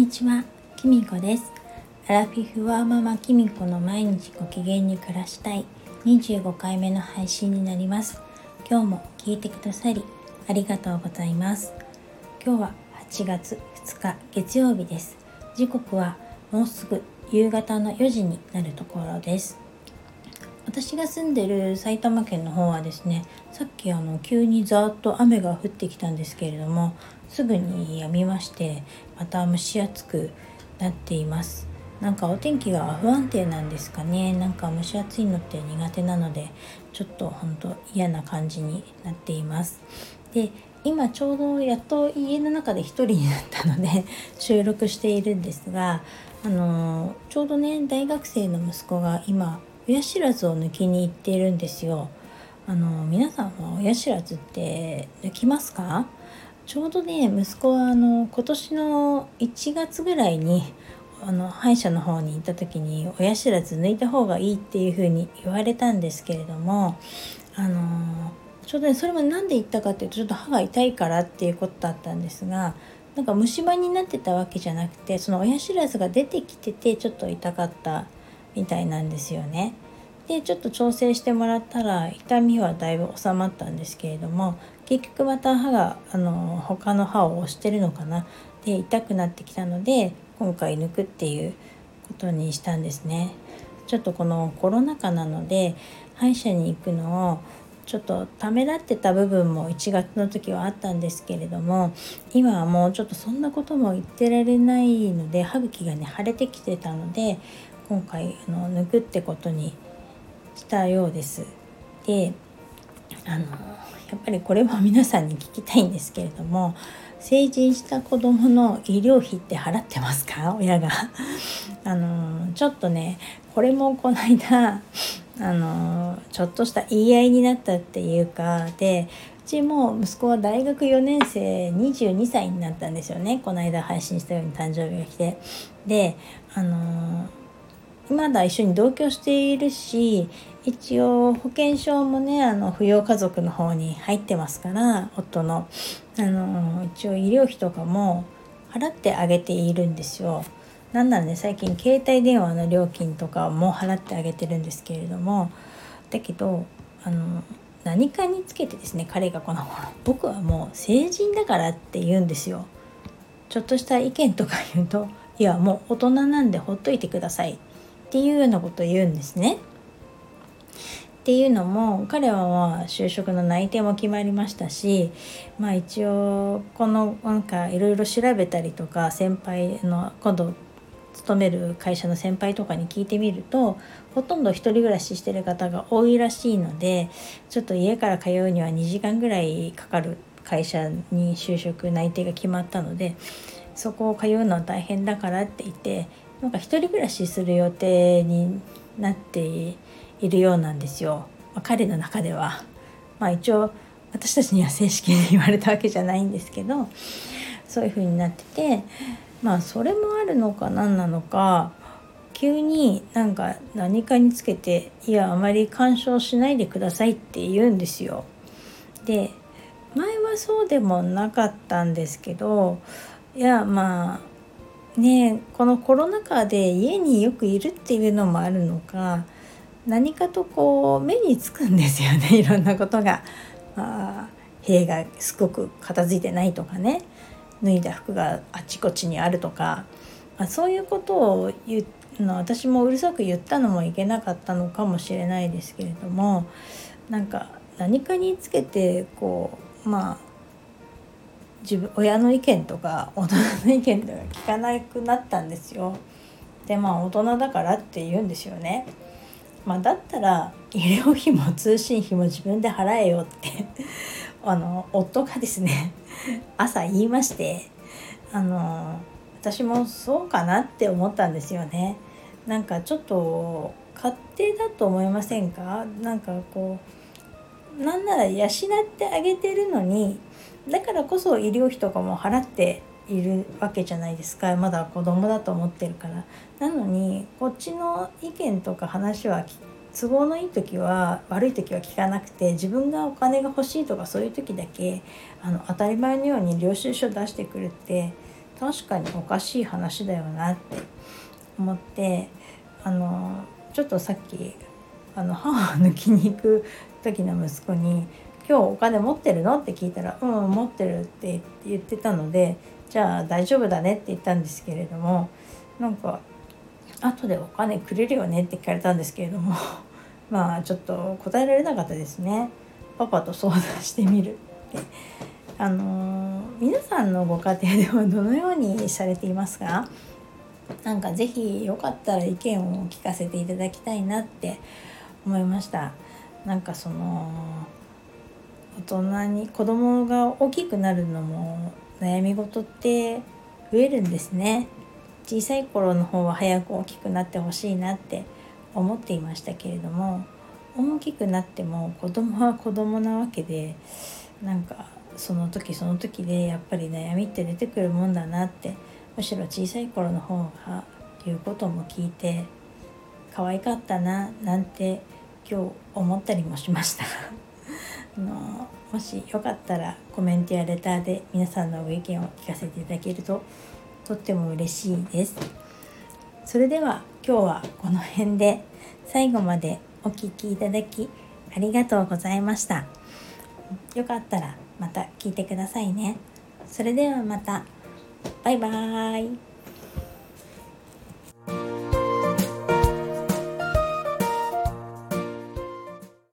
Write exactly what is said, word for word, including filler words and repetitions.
ちは、きみこです。アラフィフワーママきみこの毎日ご機嫌に暮らしたいにじゅうごかいめの配信になります。今日も聞いてくださりありがとうございます。今日ははちがつふつか月曜日です。時刻はもうすぐ夕方のよじになるところです。私が住んでる埼玉県の方はですね、さっきあの急にざーっと雨が降ってきたんですけれども、すぐに止みまして、また蒸し暑くなっています。なんかお天気が不安定なんですかね。なんか蒸し暑いのって苦手なので、ちょっと本当嫌な感じになっています。で、今ちょうどやっと家の中で一人になったので収録しているんですが、あのちょうどね、大学生の息子が今親知らずを抜きに行っているんですよ。あの皆さんは親知らずって抜きますか？ちょうどね、息子はあの今年のいちがつぐらいにあの歯医者の方に行った時に親知らず抜いた方がいいっていう風に言われたんですけれども、あのちょうどね、それもなんで言ったかっていうと、ちょっと歯が痛いからっていうことだったんですが、なんか虫歯になってたわけじゃなくて、その親知らずが出てきててちょっと痛かったみたいなんですよね。でちょっと調整してもらったら痛みはだいぶ収まったんですけれども、結局また歯があの他の歯を押してるのかな、で痛くなってきたので今回抜くっていうことにしたんですね。ちょっとこのコロナ禍なので歯医者に行くのをちょっとためらってた部分もいちがつの時はあったんですけれども、今はもうちょっとそんなことも言ってられないので、歯茎がね腫れてきてたので今回あの抜くってことにしたようです。で、あのやっぱりこれも皆さんに聞きたいんですけれども、成人した子どもの医療費って払ってますか？親があのちょっとね、これもこの間あのちょっとした言い合いになったっていうかで、うちも息子は大学よねん生にじゅうにさいになったんですよね。この間配信したように誕生日が来て、であのまだ一緒に同居しているし、一応保険証もね、あの扶養家族の方に入ってますから、夫のあの一応医療費とかも払ってあげているんですよ。なんならね、最近携帯電話の料金とかも払ってあげてるんですけれども、だけどあの何かにつけてですね、彼がこの頃僕はもう成人だからって言うんですよ。ちょっとした意見とか言うと、いやもう大人なんでほっといてくださいっていうようなことを言うんですね。っていうのも、彼はまあ就職の内定も決まりましたし、まあ一応このなんかいろいろ調べたりとか、先輩の今度勤める会社の先輩とかに聞いてみると、ほとんど一人暮らししてる方が多いらしいので、ちょっと家から通うにはにじかんぐらいかかる会社に就職内定が決まったので、そこを通うのは大変だからって言って、なんか一人暮らしする予定になっているようなんですよ。まあ、彼の中では、まあ、一応私たちには正式に言われたわけじゃないんですけど、そういう風になってて、まあそれもあるのか何なのか、急になんか何かにつけて、いやあまり干渉しないでくださいって言うんですよ。で、前はそうでもなかったんですけど、いやまあね、このコロナ禍で家によくいるっていうのもあるのか、何かとこう目につくんですよね、いろんなことが。まあ、部屋がすごく片付いてないとかね、脱いだ服があちこちにあるとか、まあ、そういうことを言うの私もうるさく言ったのもいけなかったのかもしれないですけれども、なんか何かにつけてこうまあ自分親の意見とか大人の意見とか聞かなくなったんですよ。でまあ大人だからって言うんですよね。まあ、だったら医療費も通信費も自分で払えよってあの夫がですね朝言いまして、あの私もそうかなって思ったんですよね。なんかちょっと勝手だと思いませんか？なんかこうなんなら養ってあげてるのに、だからこそ医療費とかも払っているわけじゃないですか。まだ子供だと思ってるから。なのにこっちの意見とか話は都合のいい時は悪い時は聞かなくて、自分がお金が欲しいとかそういう時だけあの当たり前のように領収書出してくるって、 確かにおかしい話だよなって思って、あのちょっとさっきあの母を抜きに行く時の息子に今日お金持ってるのって聞いたら、うん持ってるって言ってたので、じゃあ大丈夫だねって言ったんですけれども、なんか後でお金くれるよねって聞かれたんですけれどもまあちょっと答えられなかったですね。パパと相談してみるって。あのー、皆さんのご家庭ではどのようにされていますか？なんかぜひよかったら意見を聞かせていただきたいなって思いました。なんかその大人に子供が大きくなるのも悩み事って増えるんですね。小さい頃の方は早く大きくなってほしいなって思っていましたけれども、大きくなっても子供は子供なわけで、なんかその時その時でやっぱり悩みって出てくるもんだなって、むしろ小さい頃の方が言うことも聞いて可愛かったななんて今日思ったりもしましたあのもしよかったらコメントやレターで皆さんのご意見を聞かせていただけるととっても嬉しいです。それでは今日はこの辺で、最後までお聞きいただきありがとうございました。よかったらまた聞いてくださいね。それではまた。バイバーイ。